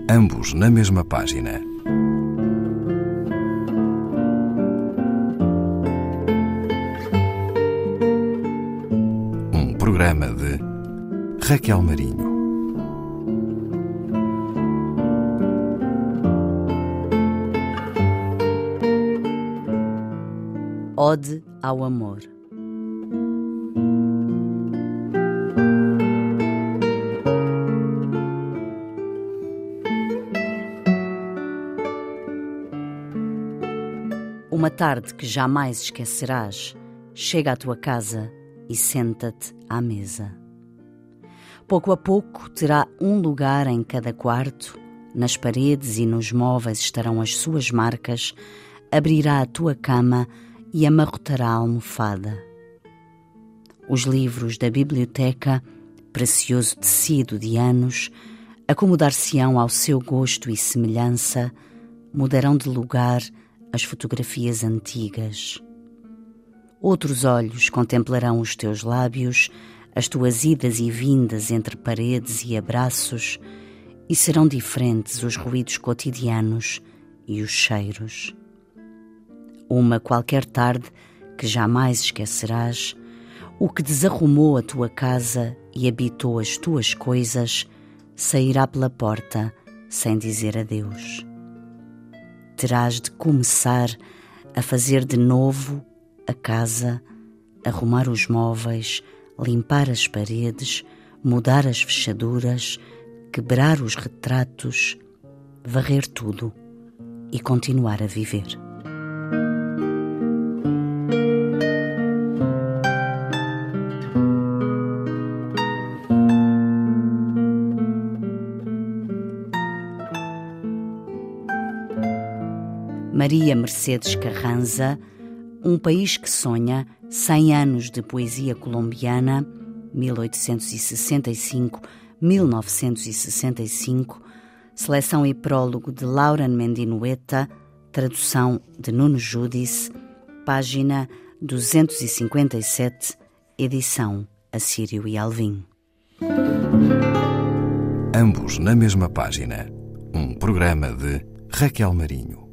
ambos na mesma página. Um programa de Raquel Marinho. Ode ao amor. Uma tarde que jamais esquecerás, chega à tua casa e senta-te à mesa. Pouco a pouco terá um lugar em cada quarto, nas paredes e nos móveis estarão as suas marcas, abrirá a tua cama e amarrotará a almofada. Os livros da biblioteca, precioso tecido de anos, acomodar-se-ão ao seu gosto e semelhança, mudarão de lugar as fotografias antigas. Outros olhos contemplarão os teus lábios, as tuas idas e vindas entre paredes e abraços, e serão diferentes os ruídos cotidianos e os cheiros. Uma qualquer tarde que jamais esquecerás, o que desarrumou a tua casa e habitou as tuas coisas, sairá pela porta sem dizer adeus. Terás de começar a fazer de novo a casa, arrumar os móveis, limpar as paredes, mudar as fechaduras, quebrar os retratos, varrer tudo e continuar a viver. Maria Mercedes Carranza, Um País que Sonha, 100 anos de poesia colombiana, 1865-1965, seleção e prólogo de Laura Mendinueta, tradução de Nuno Judice, página 257, edição Assírio e Alvim. Ambos na mesma página. Um programa de Raquel Marinho.